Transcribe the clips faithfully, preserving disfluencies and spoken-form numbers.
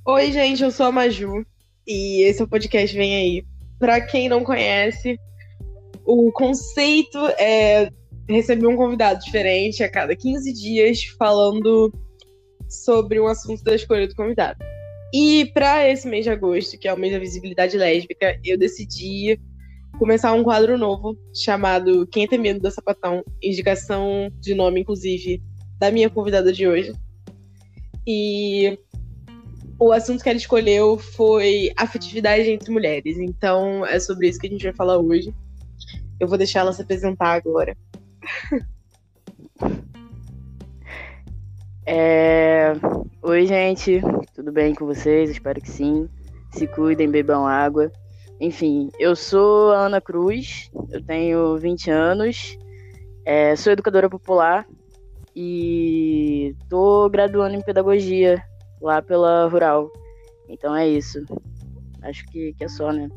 Oi, gente, eu sou a Maju e esse é o podcast Vem Aí. Pra quem não conhece, o conceito é receber um convidado diferente a cada quinze dias falando sobre um assunto da escolha do convidado. E pra esse mês de agosto, que é o mês da visibilidade lésbica, eu decidi começar um quadro novo chamado Quem Tem Medo da Sapatão, indicação de nome, inclusive, da minha convidada de hoje. E o assunto que ela escolheu foi afetividade entre mulheres. Então, é sobre isso que a gente vai falar hoje. Eu vou deixar ela se apresentar agora. É... Oi, gente. Tudo bem com vocês? Espero que sim. Se cuidem, bebam água. Enfim, eu sou a Ana Cruz. Eu tenho vinte anos. É... Sou educadora popular. E tô graduando em pedagogia lá pela Rural. Então é isso. Acho que, que é só, né?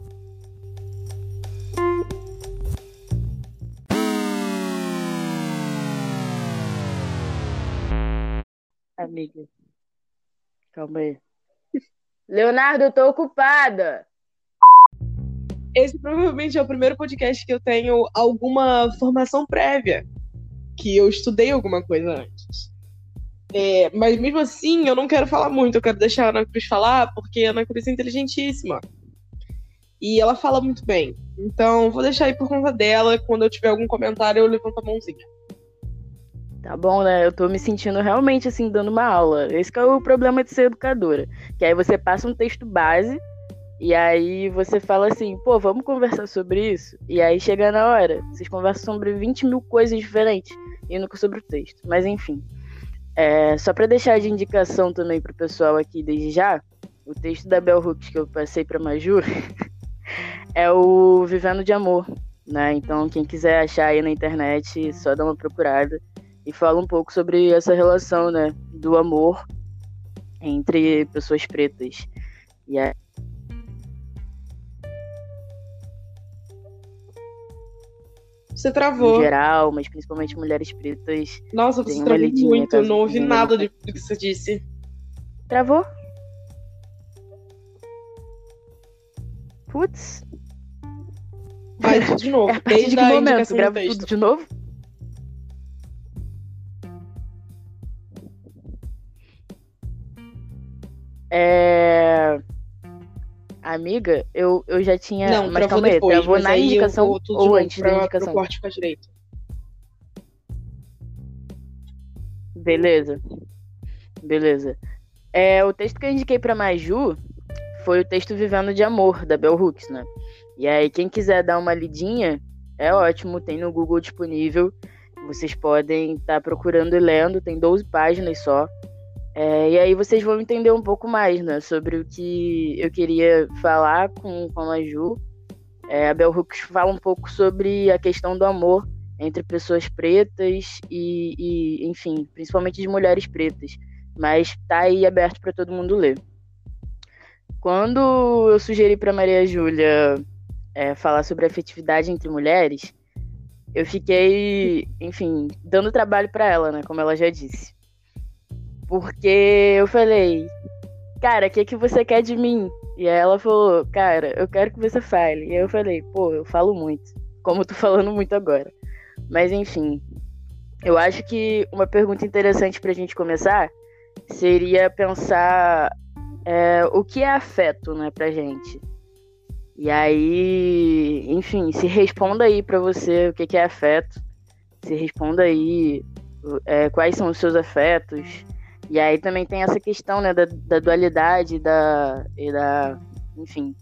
Amiga, calma aí. Leonardo, eu tô ocupada! Esse provavelmente é o primeiro podcast que eu tenho alguma formação prévia, que eu estudei alguma coisa antes. É, mas mesmo assim, eu não quero falar muito, eu quero deixar a Ana Cruz falar, porque a Ana Cruz é inteligentíssima. E ela fala muito bem. Então, vou deixar aí por conta dela. Quando eu tiver algum comentário, eu levanto a mãozinha. Tá bom, né? Eu tô me sentindo realmente, assim, dando uma aula. Esse que é o problema de ser educadora. Que aí você passa um texto base e aí você fala assim, pô, vamos conversar sobre isso? E aí chega na hora, vocês conversam sobre vinte mil coisas diferentes e nunca sobre o texto. Mas enfim, é, só pra deixar de indicação também pro pessoal aqui desde já, o texto da Bell Hooks que eu passei pra Maju é o Vivendo de Amor, né? Então quem quiser achar aí na internet, só dá uma procurada. E fala um pouco sobre essa relação, né, do amor entre pessoas pretas. E aí... Você travou. Em geral, mas principalmente mulheres pretas. Nossa, você travou muito, eu não ouvi nada do que você disse. Travou? Putz. Faz tudo de novo. É a partir de que momento? Grava tudo de novo? É... Amiga, eu, eu já tinha... Não, mas travou calma aí, depois, travou mas na aí indicação eu vou tudo ou de antes novo da pra, indicação? pro corte pra direita. Beleza. Beleza. É, o texto que eu indiquei pra Maju foi o texto Vivendo de Amor, da Bell Hooks, né? E aí, quem quiser dar uma lidinha, é ótimo, tem no Google disponível. Vocês podem estar tá procurando e lendo, tem doze páginas só. É, e aí vocês vão entender um pouco mais, né, sobre o que eu queria falar com, com a Maju. É, a Bell Hooks fala um pouco sobre a questão do amor entre pessoas pretas e, e, enfim, principalmente de mulheres pretas. Mas tá aí aberto para todo mundo ler. Quando eu sugeri para Maria Júlia é, falar sobre afetividade entre mulheres, eu fiquei, enfim, dando trabalho para ela, né, como ela já disse. Porque eu falei, cara, o que, que você quer de mim? E aí ela falou, cara, eu quero que você fale. E aí eu falei, pô, eu falo muito, como eu tô falando muito agora. Mas enfim, eu acho que uma pergunta interessante pra gente começar seria pensar é, o que é afeto, né, pra gente. E aí, enfim, se responda aí pra você o que, que é afeto. Se responda aí é, quais são os seus afetos. E aí também tem essa questão, né, da, da dualidade da, e da... Enfim.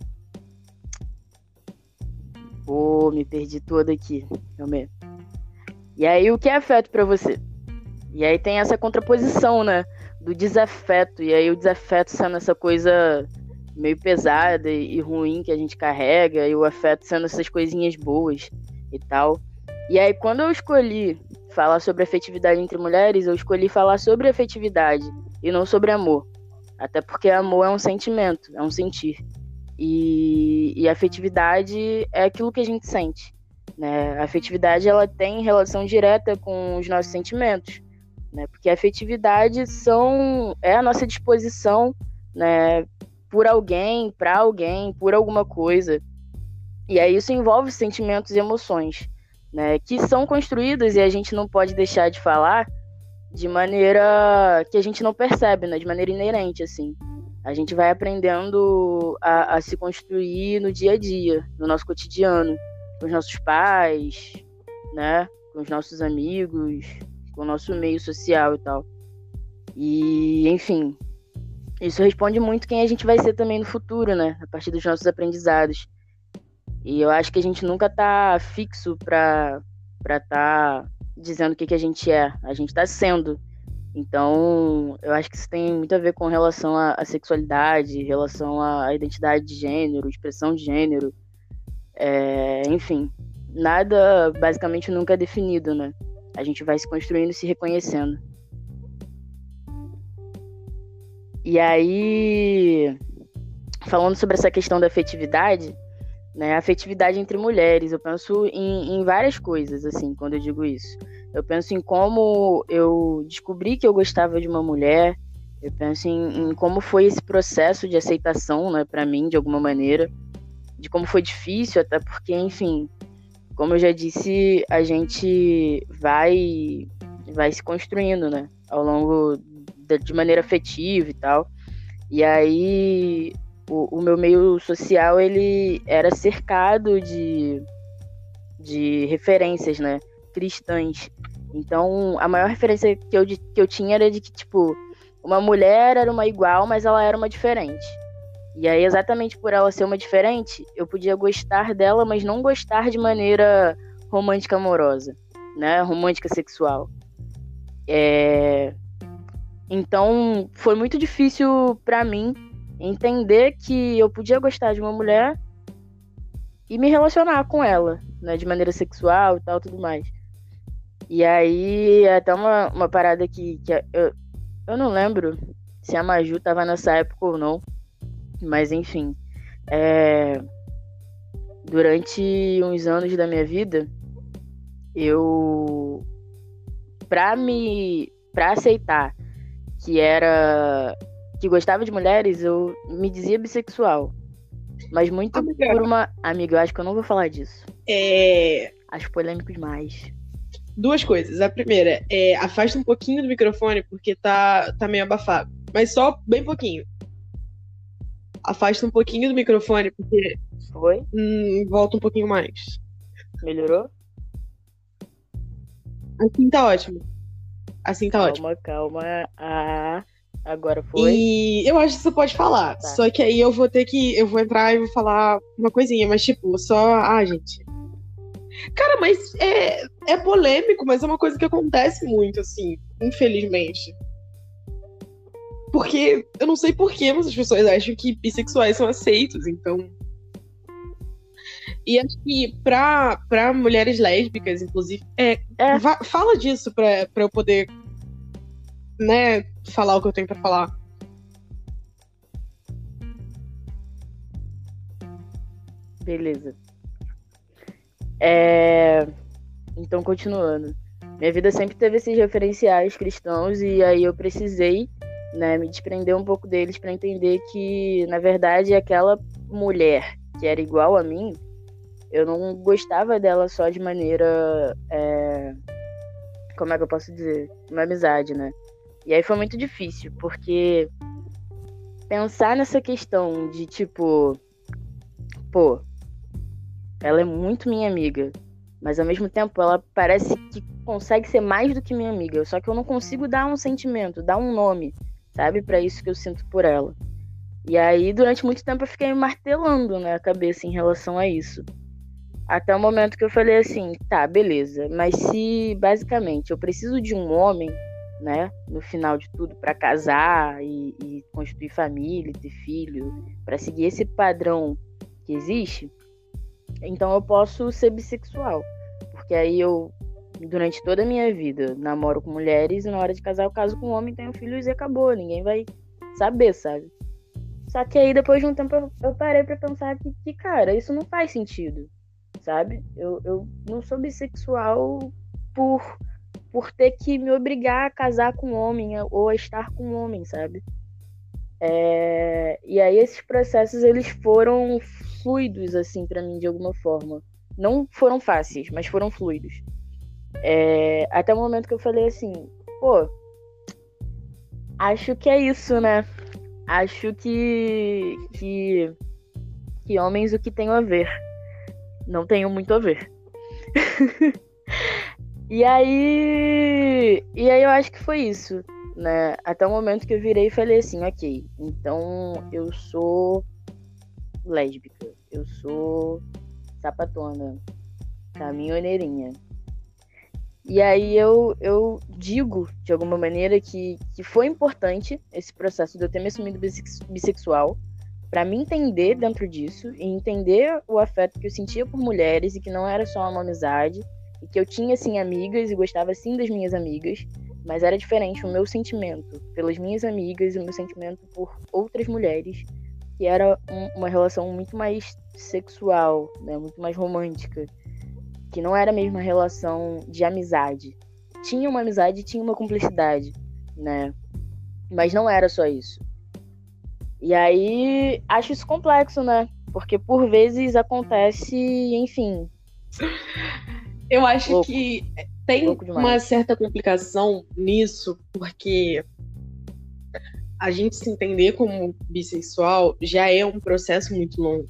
Pô, me perdi toda aqui. Calma. E aí, o que é afeto pra você? E aí tem essa contraposição, né, do desafeto. E aí o desafeto sendo essa coisa meio pesada e ruim que a gente carrega. E o afeto sendo essas coisinhas boas e tal. E aí, quando eu escolhi falar sobre afetividade entre mulheres, eu escolhi falar sobre afetividade e não sobre amor. Até porque amor é um sentimento, é um sentir. E, e afetividade é aquilo que a gente sente, né? A afetividade, ela tem relação direta com os nossos sentimentos, né? Porque a afetividade são, é a nossa disposição né, por alguém, para alguém, por alguma coisa. E aí isso envolve sentimentos e emoções, né, que são construídas e a gente não pode deixar de falar de maneira que a gente não percebe, né, de maneira inerente, assim. A gente vai aprendendo a, a se construir no dia a dia, no nosso cotidiano, com os nossos pais, né, com os nossos amigos, com o nosso meio social e tal. E, enfim, isso responde muito quem a gente vai ser também no futuro, né, a partir dos nossos aprendizados. E eu acho que a gente nunca tá fixo pra pra tá dizendo o que, que a gente é. A gente tá sendo. Então, eu acho que isso tem muito a ver com relação à, à sexualidade, relação à identidade de gênero, expressão de gênero. É, enfim, nada basicamente nunca é definido, né? A gente vai se construindo e se reconhecendo. E aí, falando sobre essa questão da afetividade, né, afetividade entre mulheres, eu penso em, em várias coisas, assim, quando eu digo isso. Eu penso em como eu descobri que eu gostava de uma mulher, eu penso em, em como foi esse processo de aceitação, né, para mim, de alguma maneira, de como foi difícil, até porque, enfim, como eu já disse, a gente vai, vai se construindo, né, ao longo de, de maneira afetiva e tal. E aí o, o meu meio social, ele era cercado de, de referências, né, cristãs. Então, a maior referência que eu, que eu tinha era de que, tipo, uma mulher era uma igual, mas ela era uma diferente. E aí, exatamente por ela ser uma diferente, eu podia gostar dela, mas não gostar de maneira romântica amorosa, né, romântica sexual. É... Então, foi muito difícil pra mim entender que eu podia gostar de uma mulher e me relacionar com ela, né, de maneira sexual e tal, tudo mais. E aí, até uma, uma parada que, que eu, eu não lembro se a Maju tava nessa época ou não, mas enfim, é, durante uns anos da minha vida, eu, pra me, pra aceitar que era, que gostava de mulheres, eu me dizia bissexual, mas muito Amiga, por uma, amiga, eu acho que eu não vou falar disso, é... acho polêmico demais. duas coisas. A primeira é afasta um pouquinho do microfone porque tá, tá meio abafado. Mas só bem pouquinho. Afasta um pouquinho do microfone porque Foi? hum, volta um pouquinho mais. Melhorou? Assim tá ótimo. Assim tá ótimo. Calma, calma. Ah, agora foi. E eu acho que você pode falar. Tá. Só que aí eu vou ter que. Eu vou entrar e vou falar uma coisinha, mas tipo, só. Ah, gente. Cara, mas é, é polêmico, mas é uma coisa que acontece muito, assim, infelizmente. Porque eu não sei por que as pessoas acham que bissexuais são aceitos, então. E acho que pra, pra mulheres lésbicas, inclusive, é, É. va- fala disso pra, pra eu poder, né, falar o que eu tenho pra falar. Beleza. É... Então, continuando. Minha vida sempre teve esses referenciais cristãos e aí eu precisei, né, me desprender um pouco deles para entender que, na verdade, aquela mulher que era igual a mim, eu não gostava dela só de maneira... É... Como é que eu posso dizer? Uma amizade, né? E aí foi muito difícil, porque pensar nessa questão de, tipo... Pô, ela é muito minha amiga, mas ao mesmo tempo ela parece que consegue ser mais do que minha amiga, só que eu não consigo dar um sentimento, dar um nome, sabe, pra isso que eu sinto por ela. E aí durante muito tempo eu fiquei me martelando, né, a cabeça em relação a isso, até o momento que eu falei assim, tá, beleza, mas se basicamente eu preciso de um homem, né, no final de tudo, pra casar e, e construir família, ter filho, pra seguir esse padrão que existe, então eu posso ser bissexual, porque aí eu, durante toda a minha vida, namoro com mulheres e na hora de casar eu caso com um homem, tenho filhos e acabou, ninguém vai saber, sabe? Só que aí depois de um tempo eu, eu parei pra pensar que, que, cara, isso não faz sentido, sabe? Eu, eu não sou bissexual por, por ter que me obrigar a casar com um homem ou a estar com um homem, sabe? É... E aí esses processos, eles foram fluidos, assim, pra mim, de alguma forma. Não foram fáceis, mas foram fluidos. É... Até o momento que eu falei assim, pô, acho que é isso, né? Acho que, que, que homens o que tenho a ver. Não tenho muito a ver. E aí, e aí eu acho que foi isso, né? Até o momento que eu virei e falei assim, ok, então eu sou lésbica, eu sou sapatona, caminhoneirinha. E aí eu, eu digo, de alguma maneira, que, que foi importante esse processo de eu ter me assumido bissexual para me entender dentro disso e entender o afeto que eu sentia por mulheres e que não era só uma amizade e que eu tinha, sim, amigas e gostava, sim, das minhas amigas, mas era diferente o meu sentimento pelas minhas amigas e o meu sentimento por outras mulheres, que era um, uma relação muito mais sexual, né, muito mais romântica, que não era mesmo uma relação de amizade. Tinha uma amizade, tinha uma cumplicidade, né, mas não era só isso. E aí, acho isso complexo, né, porque por vezes acontece, enfim... Eu acho louco, que tem uma certa complicação nisso, porque a gente se entender como bissexual já é um processo muito longo.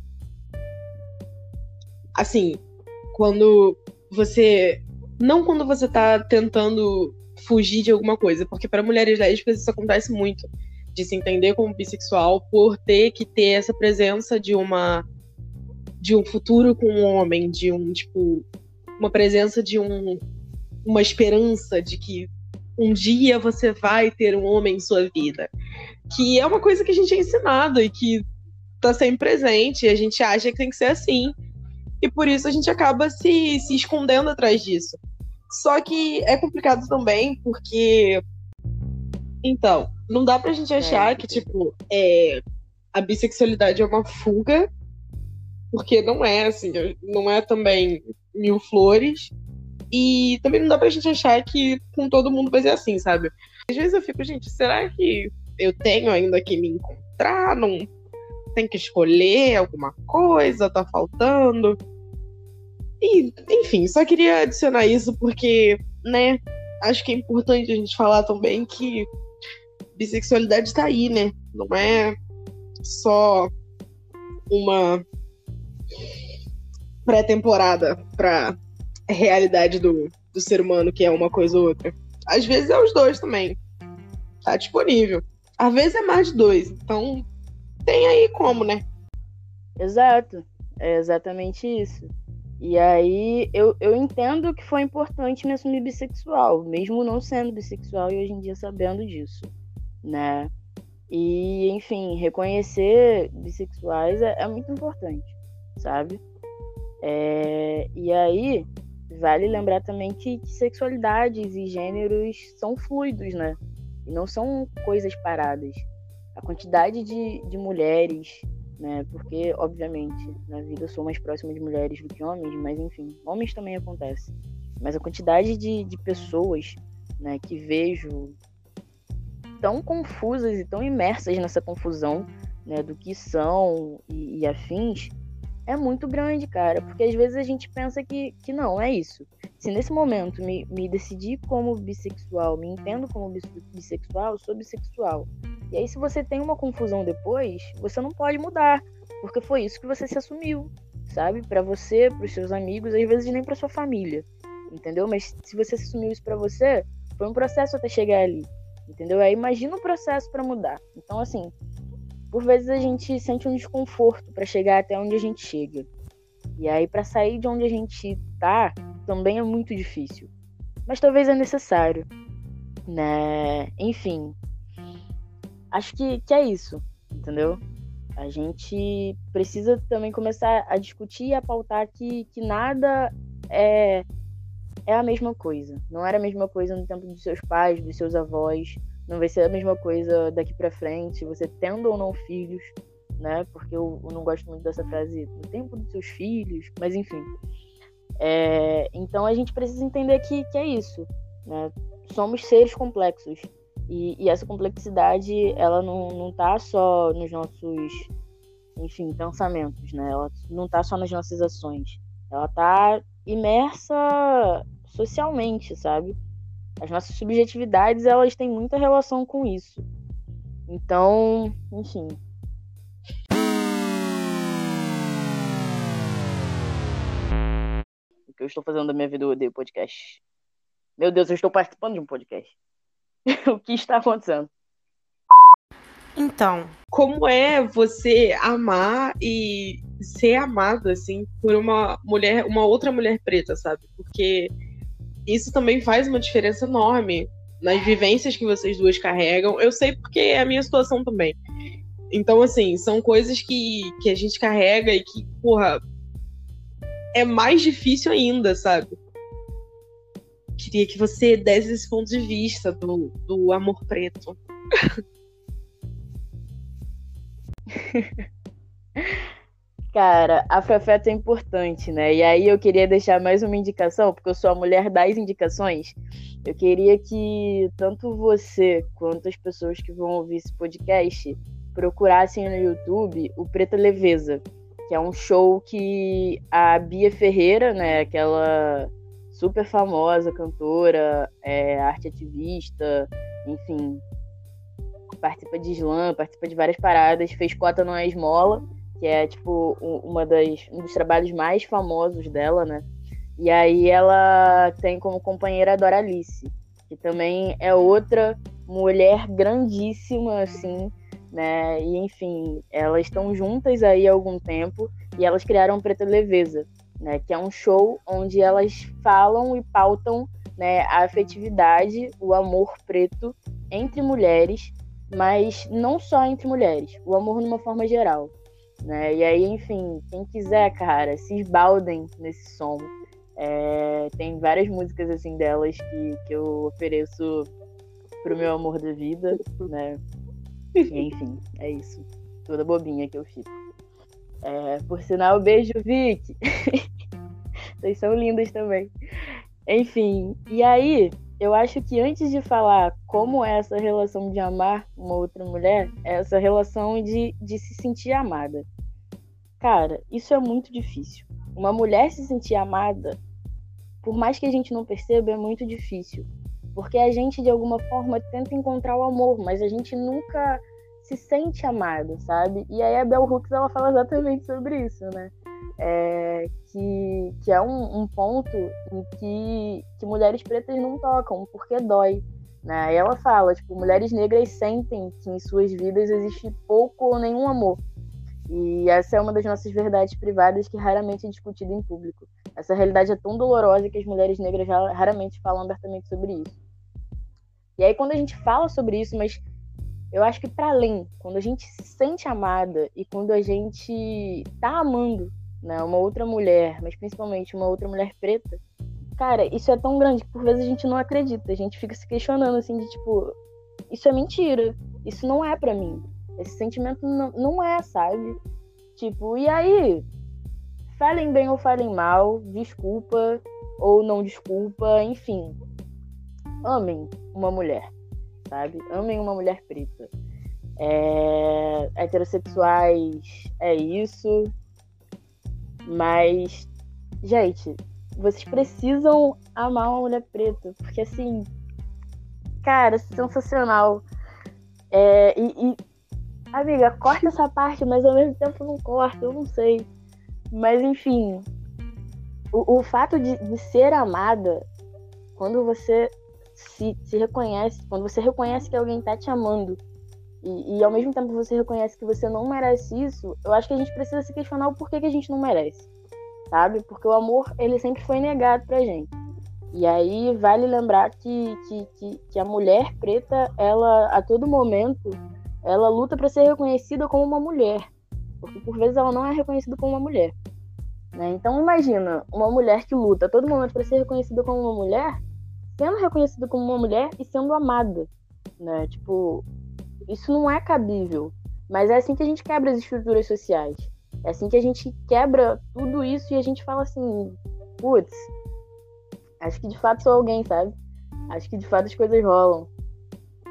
Assim, quando você... Não quando você tá tentando fugir de alguma coisa, porque para mulheres lésbicas isso acontece muito, de se entender como bissexual por ter que ter essa presença de uma... de um futuro com um homem, de um, tipo... uma presença de um, uma esperança de que um dia você vai ter um homem em sua vida. Que é uma coisa que a gente é ensinado e que tá sempre presente, e a gente acha que tem que ser assim. E por isso a gente acaba se, se escondendo atrás disso. Só que é complicado também, porque... Então, não dá pra gente achar é, que, tipo, é, a bissexualidade é uma fuga, porque não é, assim, não é também mil flores. E também não dá pra gente achar que com todo mundo vai ser assim, sabe? Às vezes eu fico, gente, será que eu tenho ainda que me encontrar? Não tem que escolher alguma coisa? Tá faltando? E, enfim, só queria adicionar isso porque, né, acho que é importante a gente falar também que bissexualidade tá aí, né? Não é só uma pré-temporada pra realidade do, do ser humano, que é uma coisa ou outra. Às vezes é os dois também. Tá disponível. Às vezes é mais de dois. Então, tem aí como, né? Exato. É exatamente isso. E aí, eu, eu entendo que foi importante me assumir bissexual, mesmo não sendo bissexual e hoje em dia sabendo disso, né? E, enfim, reconhecer bissexuais é, é muito importante, sabe? É, e aí, vale lembrar também que, que sexualidades e gêneros são fluidos, né? E não são coisas paradas. A quantidade de, de mulheres, né? Porque, obviamente, na vida eu sou mais próxima de mulheres do que homens, mas enfim, homens também acontece. Mas a quantidade de, de pessoas, né, que vejo tão confusas e tão imersas nessa confusão, né, do que são e, e afins, é muito grande, cara, porque às vezes a gente pensa que, que não, é isso. Se nesse momento me, me decidir como bissexual, me entendo como bissexual, eu sou bissexual. E aí se você tem uma confusão depois, você não pode mudar, porque foi isso que você se assumiu, sabe? Pra você, pros seus amigos, às vezes nem pra sua família, entendeu? Mas se você se assumiu isso pra você, foi um processo até chegar ali, entendeu? Aí imagina o processo pra mudar. Então, assim, por vezes a gente sente um desconforto pra chegar até onde a gente chega. E aí pra sair de onde a gente tá, também é muito difícil. Mas talvez é necessário, né? Enfim, acho que, que é isso, entendeu? A gente precisa também começar a discutir e a pautar que, que nada é, é a mesma coisa. Não era a mesma coisa no tempo dos seus pais, dos seus avós. Não vai ser a mesma coisa daqui pra frente, você tendo ou não filhos, né? Porque eu, eu não gosto muito dessa frase, no tempo dos seus filhos, mas enfim. É, então a gente precisa entender que, que é isso, né? Somos seres complexos. E, e essa complexidade, ela não, não tá só nos nossos, enfim, pensamentos, né? Ela não tá só nas nossas ações. Ela tá imersa socialmente, sabe? As nossas subjetividades, elas têm muita relação com isso. Então, enfim. O que eu estou fazendo da minha vida, eu odeio podcast. Meu Deus, eu estou participando de um podcast. O que está acontecendo? Então, como é você amar e ser amado, assim, por uma mulher, uma outra mulher preta, sabe? Porque isso também faz uma diferença enorme nas vivências que vocês duas carregam. Eu sei porque é a minha situação também. Então, assim, são coisas que, que a gente carrega e que, porra, é mais difícil ainda, sabe? Queria que você desse esse ponto de vista do, do amor preto. Cara, afroafeto é importante, né? E aí eu queria deixar mais uma indicação, porque eu sou a mulher das indicações. Eu queria que tanto você quanto as pessoas que vão ouvir esse podcast procurassem no YouTube o Preta Leveza, que é um show que a Bia Ferreira, né, aquela super famosa cantora, é, arte ativista, enfim, participa de slam, participa de várias paradas, fez cota no Esmola, que é tipo uma das, um dos trabalhos mais famosos dela, né? E aí ela tem como companheira a Doralice, que também é outra mulher grandíssima, assim, né? E enfim, elas estão juntas aí há algum tempo e elas criaram Preta Leveza, né? Que é um show onde elas falam e pautam, né, a afetividade, o amor preto entre mulheres, mas não só entre mulheres, o amor numa forma geral, né? E aí, enfim, quem quiser, cara, se esbaldem nesse som. É, tem várias músicas assim delas que, que eu ofereço pro meu amor da vida, né? E, enfim, é isso. Toda bobinha que eu fico. É, por sinal, beijo, Vic. Vocês são lindas também. Enfim, e aí, eu acho que antes de falar como é essa relação de amar uma outra mulher, é essa relação de, de se sentir amada. Cara, isso é muito difícil. Uma mulher se sentir amada, por mais que a gente não perceba, é muito difícil. Porque a gente, de alguma forma, tenta encontrar o amor, mas a gente nunca se sente amado, sabe? E aí a Bell Hooks, ela fala exatamente sobre isso, né? É, que, que é um, um ponto em que, que mulheres pretas não tocam, porque dói, né? E ela fala, tipo, mulheres negras sentem que em suas vidas existe pouco ou nenhum amor. E essa é uma das nossas verdades privadas que raramente é discutida em público. Essa realidade é tão dolorosa que as mulheres negras raramente falam abertamente sobre isso. E aí quando a gente fala sobre isso, mas eu acho que para além, quando a gente se sente amada e quando a gente tá amando, né, uma outra mulher, mas principalmente uma outra mulher preta, cara, isso é tão grande que por vezes a gente não acredita. A gente fica se questionando assim de tipo, isso é mentira, isso não é pra mim. Esse sentimento não, não é, sabe? Tipo, e aí? Falem bem ou falem mal, desculpa ou não desculpa, enfim. Amem uma mulher, sabe? Amem uma mulher preta. É... Heterossexuais é isso. Mas, gente, vocês precisam amar uma mulher preta. Porque, assim, cara, sensacional. É, e, e, amiga, corta essa parte, mas ao mesmo tempo não corta, eu não sei. Mas, enfim, o, o fato de, de ser amada, quando você se, se reconhece, quando você reconhece que alguém tá te amando, e, e ao mesmo tempo você reconhece que você não merece isso, eu acho que a gente precisa se questionar o porquê que a gente não merece, sabe? Porque o amor, ele sempre foi negado pra gente. E aí vale lembrar que, que, que, que a mulher preta, ela, a todo momento, ela luta para ser reconhecida como uma mulher. Porque por vezes ela não é reconhecida como uma mulher, né? Então imagina uma mulher que luta a todo momento para ser reconhecida como uma mulher, sendo reconhecida como uma mulher e sendo amada, né? Tipo, isso não é cabível. Mas é assim que a gente quebra as estruturas sociais. É assim que a gente quebra tudo isso e a gente fala assim, putz, acho que de fato sou alguém, sabe? Acho que de fato as coisas rolam.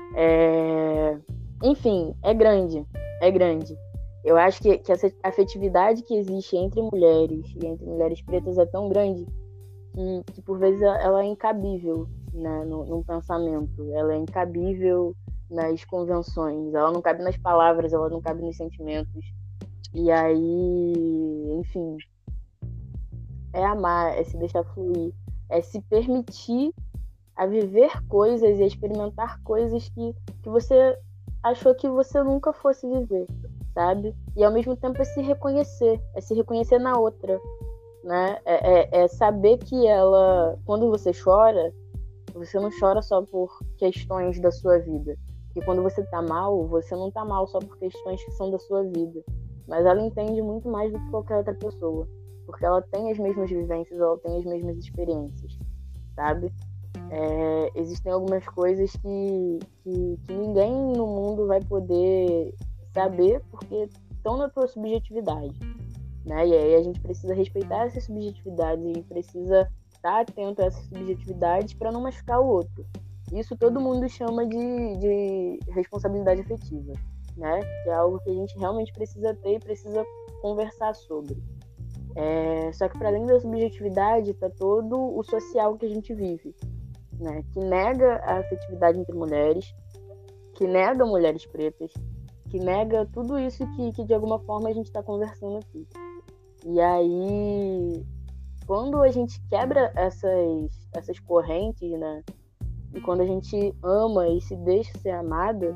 É... Enfim, é grande, é grande. Eu acho que, que essa afetividade que existe entre mulheres e entre mulheres pretas é tão grande que, que por vezes, ela é incabível, né, no, no pensamento. Ela é incabível nas convenções. Ela não cabe nas palavras, ela não cabe nos sentimentos. E aí, enfim, é amar, é se deixar fluir, é se permitir a viver coisas e a experimentar coisas que, que você achou que você nunca fosse viver, sabe? E ao mesmo tempo é se reconhecer, é se reconhecer na outra, né? É, é, é saber que ela, quando você chora, você não chora só por questões da sua vida. Porque quando você tá mal, você não tá mal só por questões que são da sua vida. Mas ela entende muito mais do que qualquer outra pessoa. Porque ela tem as mesmas vivências, ela tem as mesmas experiências, sabe? É, existem algumas coisas que, que, que ninguém no mundo vai poder saber porque estão na tua subjetividade, né? E aí a gente precisa respeitar essa subjetividade e precisa estar atento a essas subjetividades para não machucar o outro. Isso todo mundo chama de, de responsabilidade afetiva, né? Que é algo que a gente realmente precisa ter e precisa conversar sobre. É, só que para além da subjetividade está todo o social que a gente vive, né? Que nega a afetividade entre mulheres, que nega mulheres pretas, que nega tudo isso que, que de alguma forma a gente está conversando aqui. E aí, quando a gente quebra essas, essas correntes, né? E quando a gente ama e se deixa ser amada,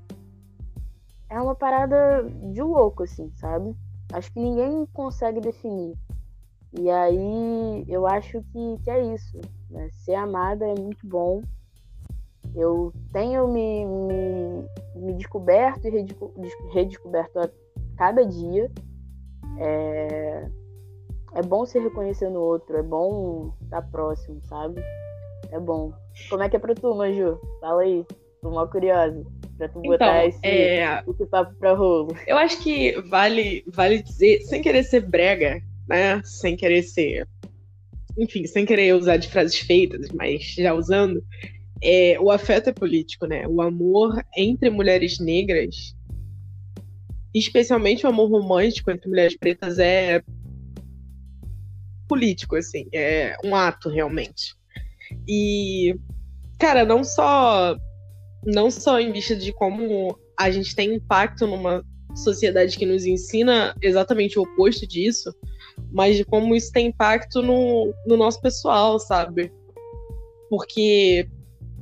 é uma parada de louco, assim, sabe? Acho que ninguém consegue definir. E aí, eu acho que, que é isso, né? Ser amada é muito bom. Eu tenho me, me, me descoberto e redesco, redescoberto a cada dia. É, é bom se reconhecer no outro, é bom estar próximo, sabe? É bom. Como é que é pra tu, Maju? Fala aí, tô mal curiosa. Pra tu botar Então, esse, é... esse papo pra rolo. Eu acho que vale, vale dizer, sem querer ser brega, né? Sem querer ser... Enfim, sem querer usar de frases feitas, mas já usando, é, o afeto é político, né? O amor entre mulheres negras, especialmente o amor romântico entre mulheres pretas, é político, assim, é um ato realmente. E, cara, não só não só em vista de como a gente tem impacto numa sociedade que nos ensina exatamente o oposto disso, mas de como isso tem impacto no, no nosso pessoal, sabe? Porque,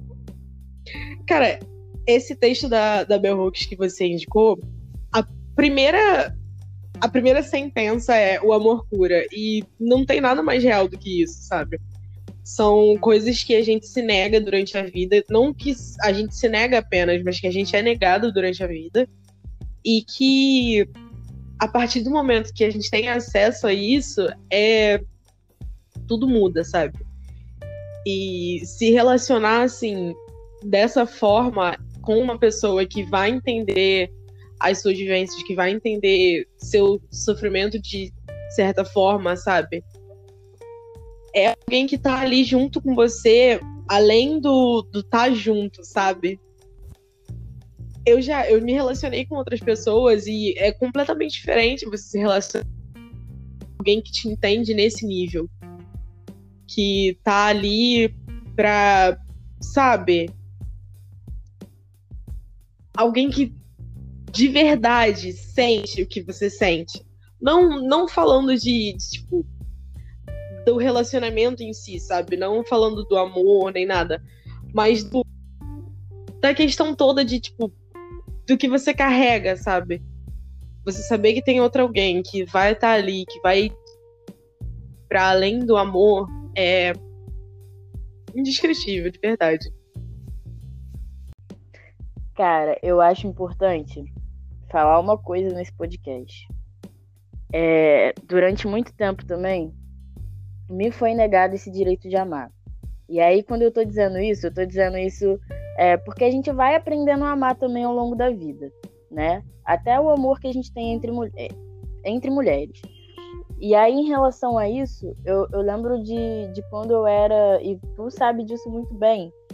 cara, esse texto da, da Bell Hooks que você indicou, a primeira, a primeira sentença é o amor cura, e não tem nada mais real do que isso, sabe? São coisas que a gente se nega durante a vida, não que a gente se nega apenas, mas que a gente é negado durante a vida, e que a partir do momento que a gente tem acesso a isso, é tudo muda, sabe? E se relacionar, assim, dessa forma com uma pessoa que vai entender as suas vivências, que vai entender seu sofrimento de certa forma, sabe? É alguém que tá ali junto com você, além do do tá junto, sabe? Eu já eu me relacionei com outras pessoas e é completamente diferente você se relacionar com alguém que te entende nesse nível. Que tá ali pra, sabe? Alguém que de verdade sente o que você sente. Não, não falando de, de tipo, do relacionamento em si, sabe? Não falando do amor nem nada, mas do, da questão toda de, tipo, do que você carrega, sabe? Você saber que tem outro alguém que vai estar ali, que vai pra além do amor, é indescritível, de verdade. Cara, eu acho importante falar uma coisa nesse podcast. É, durante muito tempo também, me foi negado esse direito de amar. E aí, quando eu tô dizendo isso, eu tô dizendo isso é, porque a gente vai aprendendo a amar também ao longo da vida, né? Até o amor que a gente tem entre, mulher, entre mulheres. E aí, em relação a isso, eu, eu lembro de, de quando eu era, e tu sabe disso muito bem,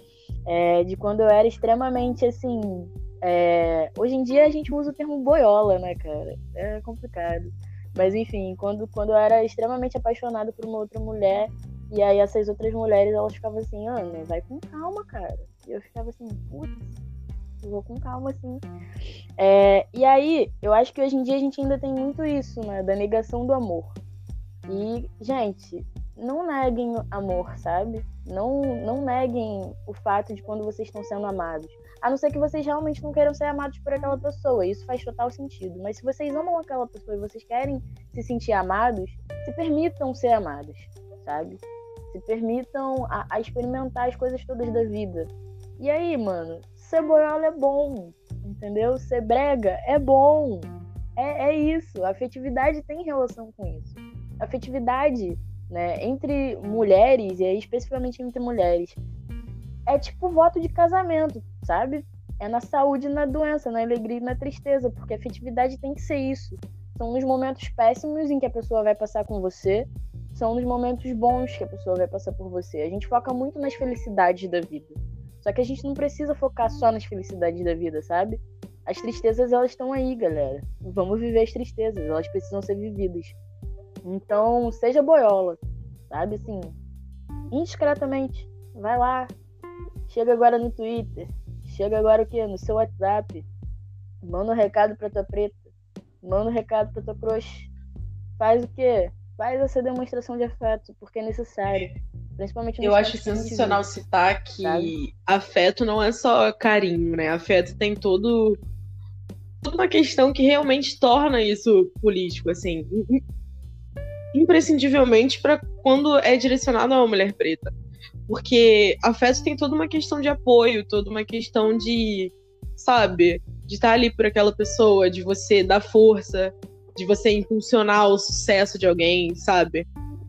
é, de quando eu era extremamente, assim... É... Hoje em dia a gente usa o termo boiola, né, cara? É complicado. Mas, enfim, quando, quando eu era extremamente apaixonada por uma outra mulher, e aí essas outras mulheres, elas ficavam assim, Ana, vai com calma, cara. E eu ficava assim, putz, eu vou com calma, assim. É... E aí, eu acho que hoje em dia a gente ainda tem muito isso, né, da negação do amor. E, gente, não neguem amor, sabe? Não, não neguem o fato de quando vocês estão sendo amados. A não ser que vocês realmente não queiram ser amados por aquela pessoa. Isso faz total sentido. Mas se vocês amam aquela pessoa e vocês querem se sentir amados, se permitam ser amados, sabe? Se permitam a, a experimentar as coisas todas da vida. E aí, mano, ser boiola é bom, entendeu? Ser brega é bom. É, é isso. A afetividade tem relação com isso. A afetividade, né, entre mulheres, e aí especificamente entre mulheres, é tipo voto de casamento, sabe? É na saúde e na doença, na alegria e na tristeza, porque a afetividade tem que ser isso. São nos momentos péssimos em que a pessoa vai passar com você, são nos momentos bons que a pessoa vai passar por você. A gente foca muito nas felicidades da vida. Só que a gente não precisa focar só nas felicidades da vida, sabe? As tristezas, elas estão aí, galera. Vamos viver as tristezas, elas precisam ser vividas. Então, seja boiola, sabe? Assim, indiscretamente. Vai lá. Chega agora no Twitter. Chega agora o quê? No seu WhatsApp. Manda um recado pra tua preta. Manda um recado pra tua crush. Faz o quê? Faz essa demonstração de afeto, porque é necessário. Principalmente Eu acho sensacional citar que sabe? Afeto não é só carinho, né? Afeto tem todo... toda uma questão que realmente torna isso político, assim... imprescindivelmente para quando é direcionado a uma mulher preta. Porque afeto tem toda uma questão de apoio, toda uma questão de, sabe, de estar ali por aquela pessoa, de você dar força, de você impulsionar o sucesso de alguém, sabe?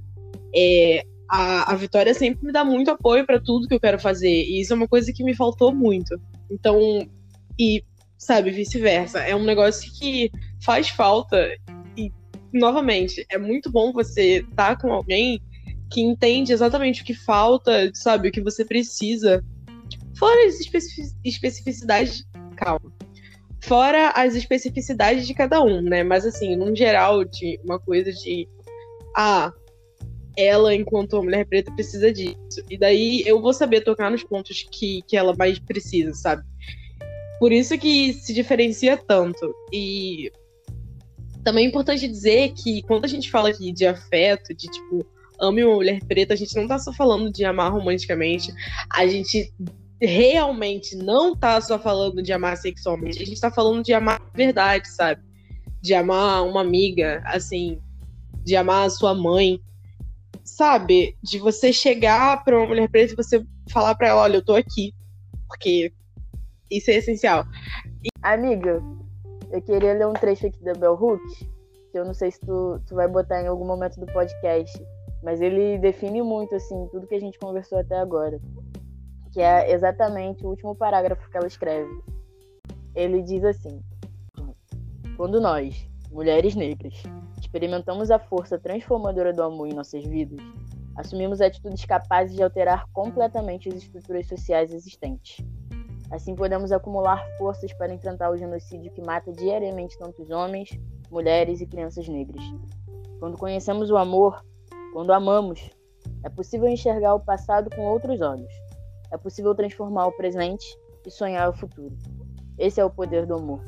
É, a, a Vitória sempre me dá muito apoio para tudo que eu quero fazer, e isso é uma coisa que me faltou muito. Então, e, sabe, vice-versa. É um negócio que faz falta. E novamente, é muito bom você estar com alguém que entende exatamente o que falta, sabe, o que você precisa. Fora as especific- especificidades... Calma. Fora as especificidades de cada um, né? Mas, assim, num geral, de uma coisa de... Ah, ela, enquanto mulher preta, precisa disso. E daí eu vou saber tocar nos pontos que, que ela mais precisa, sabe? Por isso que se diferencia tanto. E... também é importante dizer que quando a gente fala aqui de afeto, de tipo, ame uma mulher preta, a gente não tá só falando de amar romanticamente, a gente realmente não tá só falando de amar sexualmente, a gente tá falando de amar de verdade, sabe? De amar uma amiga, assim, de amar a sua mãe, sabe? De você chegar pra uma mulher preta e você falar pra ela, olha, eu tô aqui, porque isso é essencial. E... Amiga, eu queria ler um trecho aqui da Bell Hooks, que eu não sei se tu, tu vai botar em algum momento do podcast, mas ele define muito, assim, tudo que a gente conversou até agora, que é exatamente o último parágrafo que ela escreve. Ele diz assim: quando nós, mulheres negras, experimentamos a força transformadora do amor em nossas vidas, assumimos atitudes capazes de alterar completamente as estruturas sociais existentes. Assim podemos acumular forças para enfrentar o genocídio que mata diariamente tantos homens, mulheres e crianças negras. Quando conhecemos o amor, quando amamos, é possível enxergar o passado com outros olhos. É possível transformar o presente e sonhar o futuro. Esse é o poder do amor.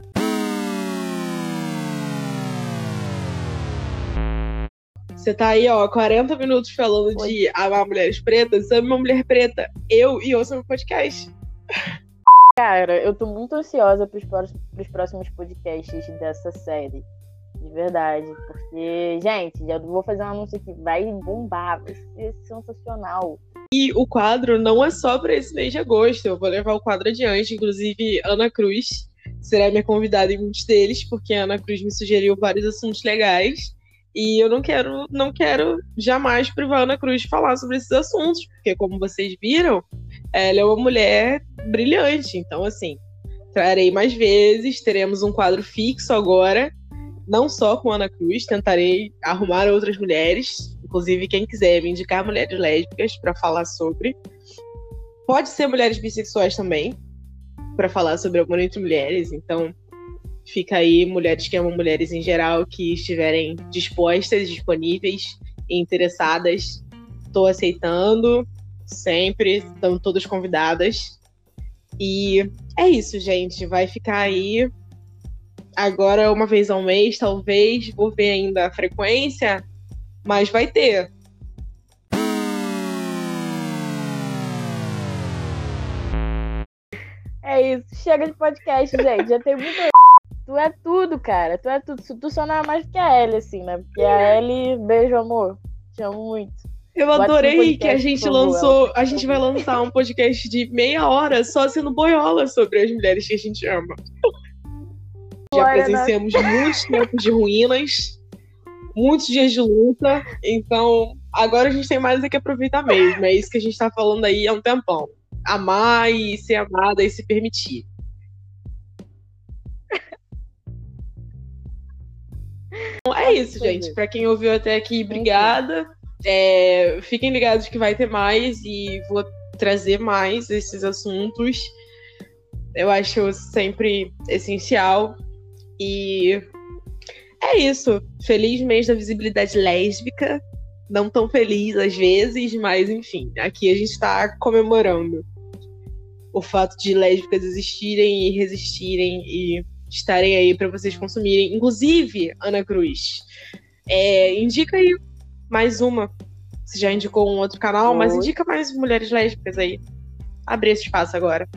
Você tá aí, ó, quarenta minutos falando Oi. de amar mulheres pretas, ame uma mulher preta, eu e ouça meu podcast. Cara, eu tô muito ansiosa pros, pros próximos podcasts dessa série. De verdade. Porque, gente, já vou fazer um anúncio aqui. Vai bombar, vai ser sensacional. E o quadro não é só pra esse mês de agosto. Eu vou levar o quadro adiante. Inclusive, Ana Cruz será minha convidada em muitos deles, porque a Ana Cruz me sugeriu vários assuntos legais. E eu não quero, não quero jamais privar a Ana Cruz de falar sobre esses assuntos, porque, como vocês viram, ela é uma mulher brilhante. Então, assim, trarei mais vezes, teremos um quadro fixo agora, não só com a Ana Cruz, tentarei arrumar outras mulheres, inclusive quem quiser me indicar mulheres lésbicas para falar sobre. pode ser mulheres bissexuais também, pra falar sobre amor entre mulheres. Então, fica aí, mulheres que amam mulheres em geral, que estiverem dispostas, disponíveis e interessadas. Tô aceitando, sempre, estão todas convidadas. E é isso, gente. Vai ficar aí agora uma vez ao mês, talvez. Vou ver ainda a frequência, mas vai ter. É isso. Chega de podcast, gente. Já tem muito... Tu é tudo, cara. Tu é tudo. Tu só não é mais que a Ellie, assim, né? Porque a Ellie, beijo, amor. Te amo muito. Eu Bota adorei podcast, que a gente por favor, lançou. ela. A gente vai lançar um podcast de meia hora só sendo boiola sobre as mulheres que a gente ama. Já Olha, presenciamos muitos tempos de ruínas, muitos dias de luta. Então, agora a gente tem mais é que aproveitar mesmo. É isso que a gente tá falando aí há um tempão. Amar e ser amada e se permitir. Então, é isso, gente. Pra quem ouviu até aqui, obrigada. É, fiquem ligados que vai ter mais e vou trazer mais esses assuntos. Eu acho sempre essencial. E é isso. Feliz mês da visibilidade lésbica. Não tão feliz às vezes, mas enfim, aqui a gente tá comemorando o fato de lésbicas existirem e resistirem e estarem aí pra vocês consumirem. Inclusive, Ana Cruz, é, indica aí mais uma. Você já indicou um outro canal, Oi. mas indica mais mulheres lésbicas aí. Abre esse espaço agora.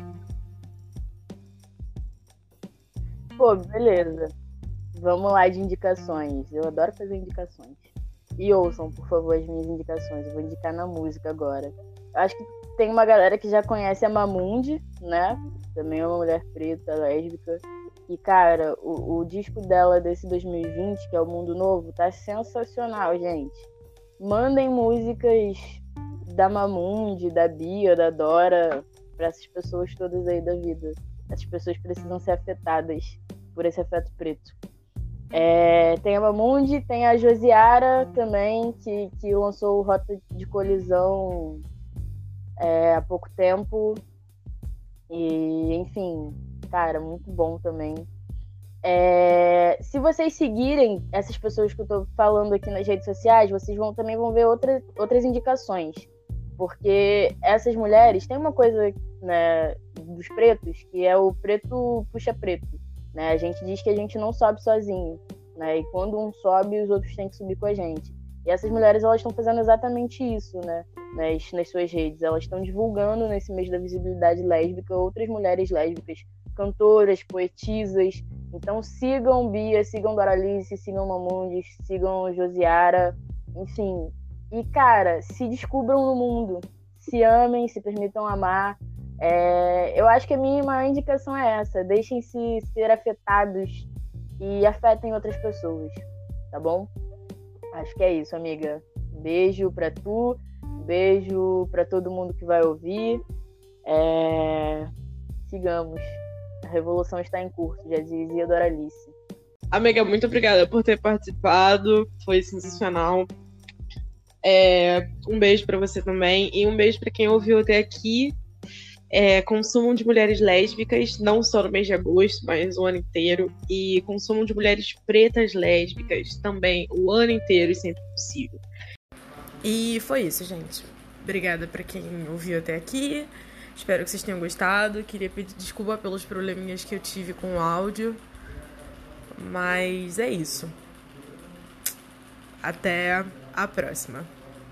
Pô, beleza. Vamos lá de indicações. Eu adoro fazer indicações. E ouçam, por favor, as minhas indicações. Eu vou indicar na música agora. Eu acho que tem uma galera que já conhece a Mamundi, né? Também é uma mulher preta, lésbica. E, cara, o, o disco dela desse dois mil e vinte, que é o Mundo Novo, tá sensacional, gente. Mandem músicas da Mamundi, da Bia, da Dora, pra essas pessoas todas aí da vida. Essas pessoas precisam ser afetadas por esse afeto preto. É, tem a Mamundi, tem a Josiara também, que, que lançou o Rota de Colisão é, há pouco tempo. E, enfim, cara, muito bom também. É, se vocês seguirem essas pessoas que eu tô falando aqui nas redes sociais, vocês vão, também vão ver outra, outras indicações. Porque essas mulheres, tem uma coisa, né, dos pretos, que é o preto puxa preto. Né? A gente diz que a gente não sobe sozinho, né? E quando um sobe, os outros têm que subir com a gente. E essas mulheres, elas estão fazendo exatamente isso, né? Nas, nas suas redes. Elas estão divulgando nesse mês da visibilidade lésbica outras mulheres lésbicas, cantoras, poetisas. Então sigam Bia, sigam Doralice, sigam Mamundi, sigam Josiara, enfim. E, cara, se descubram no mundo. Se amem, se permitam amar. É, eu acho que a minha maior indicação é essa. Deixem-se ser afetados e afetem outras pessoas, tá bom? Acho que é isso, amiga. Beijo pra tu, beijo pra todo mundo que vai ouvir. É... Sigamos. A revolução está em curso, já dizia Doralice. Amiga, muito obrigada por ter participado. Foi sensacional. É, um beijo pra você também. E um beijo pra quem ouviu até aqui. É, consumam de mulheres lésbicas, não só no mês de agosto, mas o ano inteiro. E consumam de mulheres pretas lésbicas também o ano inteiro e sempre possível. E foi isso, gente. Obrigada pra quem ouviu até aqui. Espero que vocês tenham gostado. Queria pedir desculpa pelos probleminhas que eu tive com o áudio. Mas é isso. Até a próxima.